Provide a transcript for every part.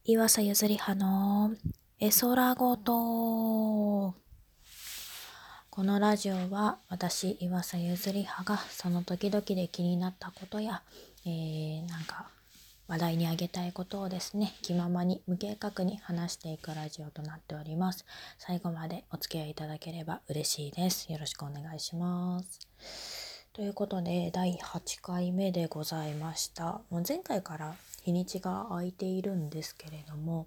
岩佐ゆずりはの絵空ごと。このラジオは私岩佐ゆずりはがその時々で気になったことや、話題にあげたいことをですね、気ままに無計画に話していくラジオとなっております。最後までお付き合いいただければ嬉しいです。よろしくお願いします。ということで第8回目でございました。もう前回から日にちが空いているんですけれども、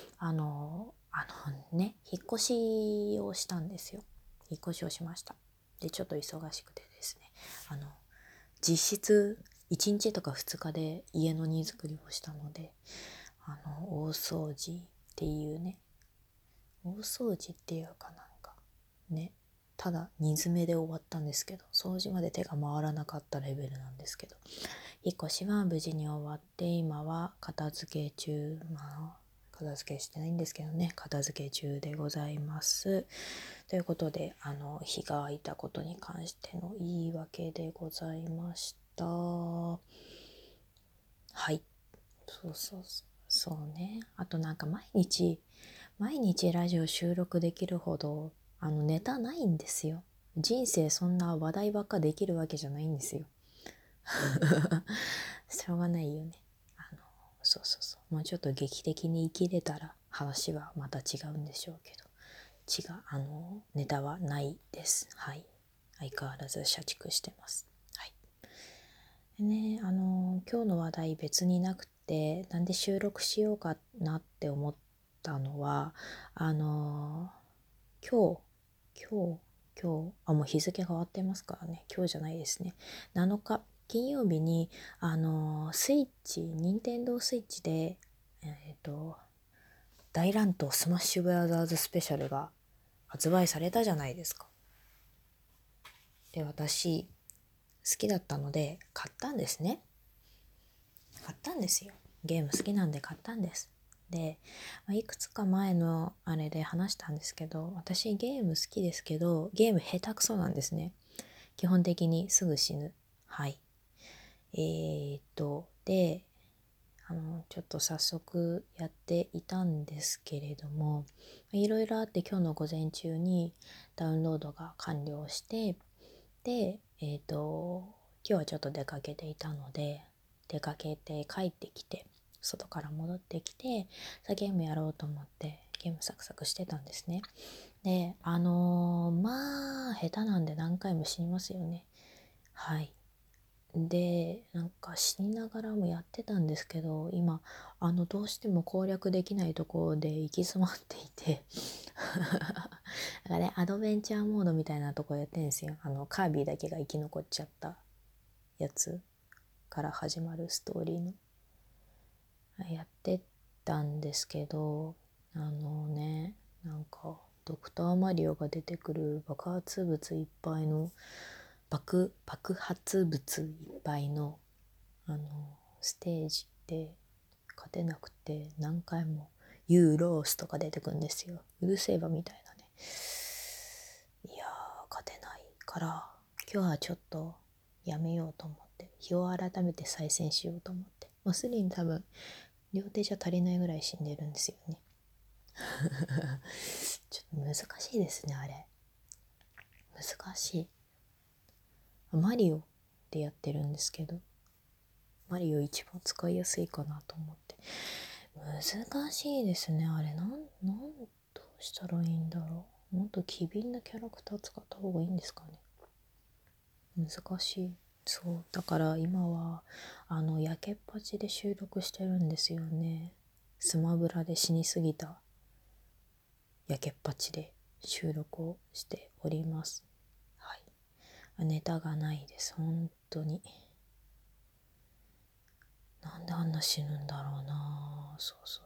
引っ越しをしたんですよ。引っ越しをしました。で、ちょっと忙しくてですね、実質1日とか2日で家の荷造りをしたので、大掃除っていうね、大掃除っていうかね、ただ荷詰めで終わったんですけど、掃除まで手が回らなかったレベルなんですけど、引っ越しは無事に終わって、今は片付け中、片付けしてないんですけどね、片付け中でございます。ということで、日が空いたことに関しての言い訳でございました。はい。そうね。あと毎日ラジオ収録できるほど、ネタないんですよ。人生そんな話題ばっかできるわけじゃないんですよ。しょうがないよね。もうちょっと劇的に生きれたら話はまた違うんでしょうけど、ネタはないです。はい。相変わらず社畜してます。はい。でね、今日の話題別になくて、なんで収録しようかなって思ったのは、今日、もう日付が変わってますからね。今日じゃないですね。7日、金曜日に、任天堂スイッチで、大乱闘スマッシュブラザーズスペシャルが発売されたじゃないですか。で、私、好きだったので、買ったんですね。買ったんですよ。ゲーム好きなんで買ったんです。で、いくつか前のあれで話したんですけど、私ゲーム好きですけど、ゲーム下手くそなんですね。基本的にすぐ死ぬ。はい。で、ちょっと早速やっていたんですけれども、いろいろあって今日の午前中にダウンロードが完了して、で、今日はちょっと出かけていたので、出かけて帰ってきて、外から戻ってきて、さあゲームやろうと思ってゲームサクサクしてたんですね。で、下手なんで何回も死にますよね。はい。で、死にながらもやってたんですけど、今、どうしても攻略できないところで行き詰まっていて、なんかね、アドベンチャーモードみたいなとこやってんですよ。カービィだけが生き残っちゃったやつから始まるストーリーの。やってたんですけど、ドクターマリオが出てくる爆発物いっぱいの、爆発物いっぱいの、ステージで勝てなくて、何回もユーロースとか出てくるんですよ。うるせえばみたいなね。いや勝てないから今日はちょっとやめようと思って、日を改めて再戦しようと思って、もうすでに多分両手じゃ足りないぐらい死んでるんですよね。ちょっと難しいですね、あれ。難しい。マリオでやってるんですけど、マリオ一番使いやすいかなと思って。難しいですね、あれ。どうしたらいいんだろう。もっと機敏なキャラクター使った方がいいんですかね。難しい。そうだから今はやけっぱちで収録してるんですよね。スマブラで死にすぎたやけっぱちで収録をしております。はい。ネタがないです、本当に。なんであんな死ぬんだろうな。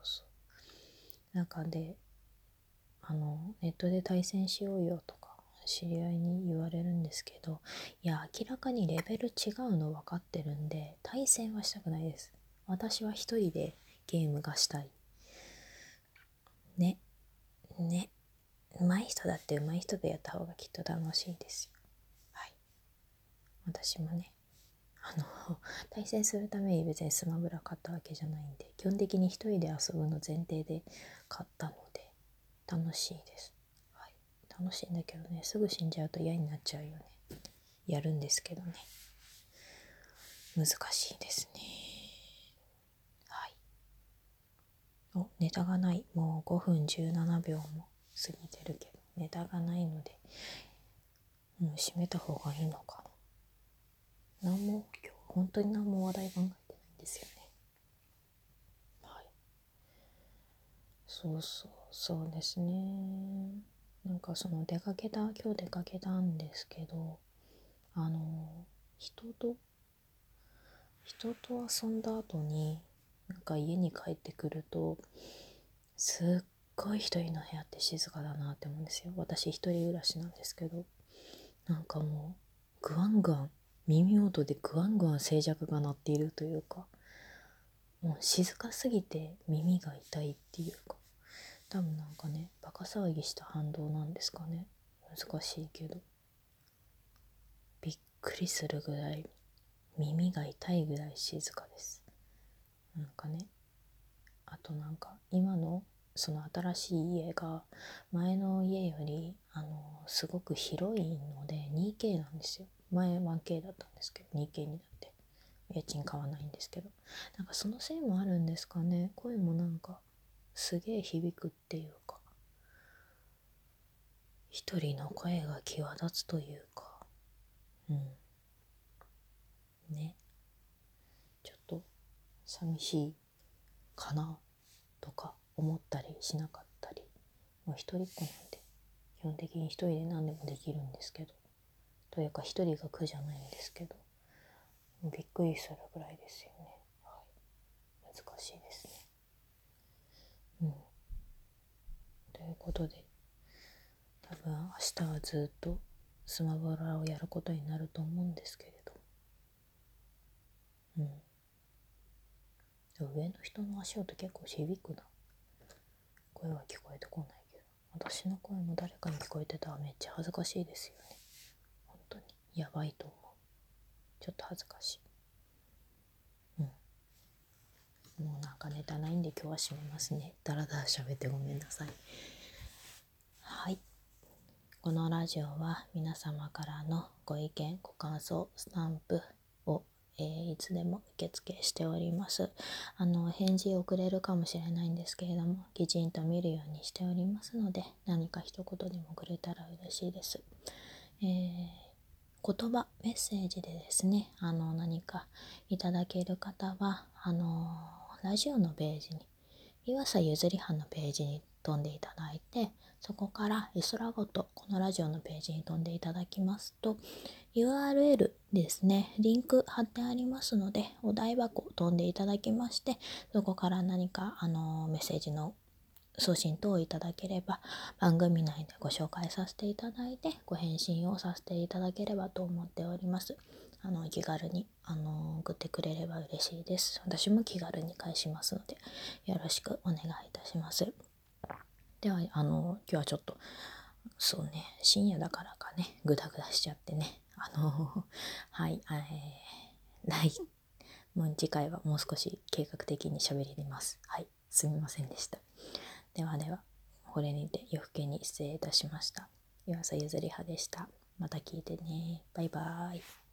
で、ネットで対戦しようよとか知り合いに言われるんですけど、いや明らかにレベル違うの分かってるんで対戦はしたくないです。私は一人でゲームがしたい。ねね、上手い人だって上手い人でやった方がきっと楽しいですよ。はい。私もね、 対戦するために別にスマブラ買ったわけじゃないんで、基本的に一人で遊ぶの前提で買ったので楽しいです。はい、楽しいんだけどね、すぐ死んじゃうと嫌になっちゃうよね。やるんですけどね、難しいですね。はい。お、ネタがない。もう5分17秒も過ぎてるけどネタがないので、もう締めた方がいいのかな。今日本当に何も話題考えてないんですよね。はい。そうですね。なんかその今日出かけたんですけど、人と遊んだ後になんか家に帰ってくると、すっごい一人の部屋って静かだなって思うんですよ。私一人暮らしなんですけど、なんかもうグワングワン、耳元でグワングワン静寂が鳴っているというか、もう静かすぎて耳が痛いっていうか、多分なんかね、バカ騒ぎした反動なんですかね。難しいけど、びっくりするぐらい、耳が痛いぐらい静かです。なんかね、あとなんか今のその新しい家が前の家よりすごく広いので 2K なんですよ。前 1K だったんですけど 2K になって家賃買わないんですけど、なんかそのせいもあるんですかね。声もなんかすげえ響くっていうか、一人の声が際立つというか、ね、ちょっと寂しいかなとか思ったりしなかったり、一人っ子なんで基本的に一人で何でもできるんですけど、というか一人が苦じゃないんですけど、びっくりするぐらいですよね。はい、難しいですね。ということで、多分明日はずっとスマブラをやることになると思うんですけれど、上の人の足音結構響くな。声は聞こえてこないけど、私の声も誰かに聞こえてたらめっちゃ恥ずかしいですよね。本当にやばいと思う。ちょっと恥ずかしい。もうなんかネタないんで今日は締めますね。だらだら喋ってごめんなさい。はい。このラジオは皆様からのご意見、ご感想、スタンプを、いつでも受付しております。返事遅れるかもしれないんですけれども、きちんと見るようにしておりますので、何か一言でもくれたら嬉しいです。言葉、メッセージでですね、何かいただける方は、ラジオのページに、岩佐ゆずりはのページに飛んでいただいて、そこから絵空ごとこのラジオのページに飛んでいただきますと、 URL ですね、リンク貼ってありますので、お台箱飛んでいただきまして、そこから何かメッセージの送信等をいただければ、番組内でご紹介させていただいてご返信をさせていただければと思っております。気軽に送ってくれれば嬉しいです。私も気軽に返しますのでよろしくお願いいたします。では今日はちょっとそうね、深夜だからかね、グダグダしちゃってね、はい、もう次回はもう少し計画的に喋ります。はい、すみませんでした。ではでは、これにて夜更けに失礼いたしました。岩佐ゆずりはでした。また聞いてね。バイバーイ。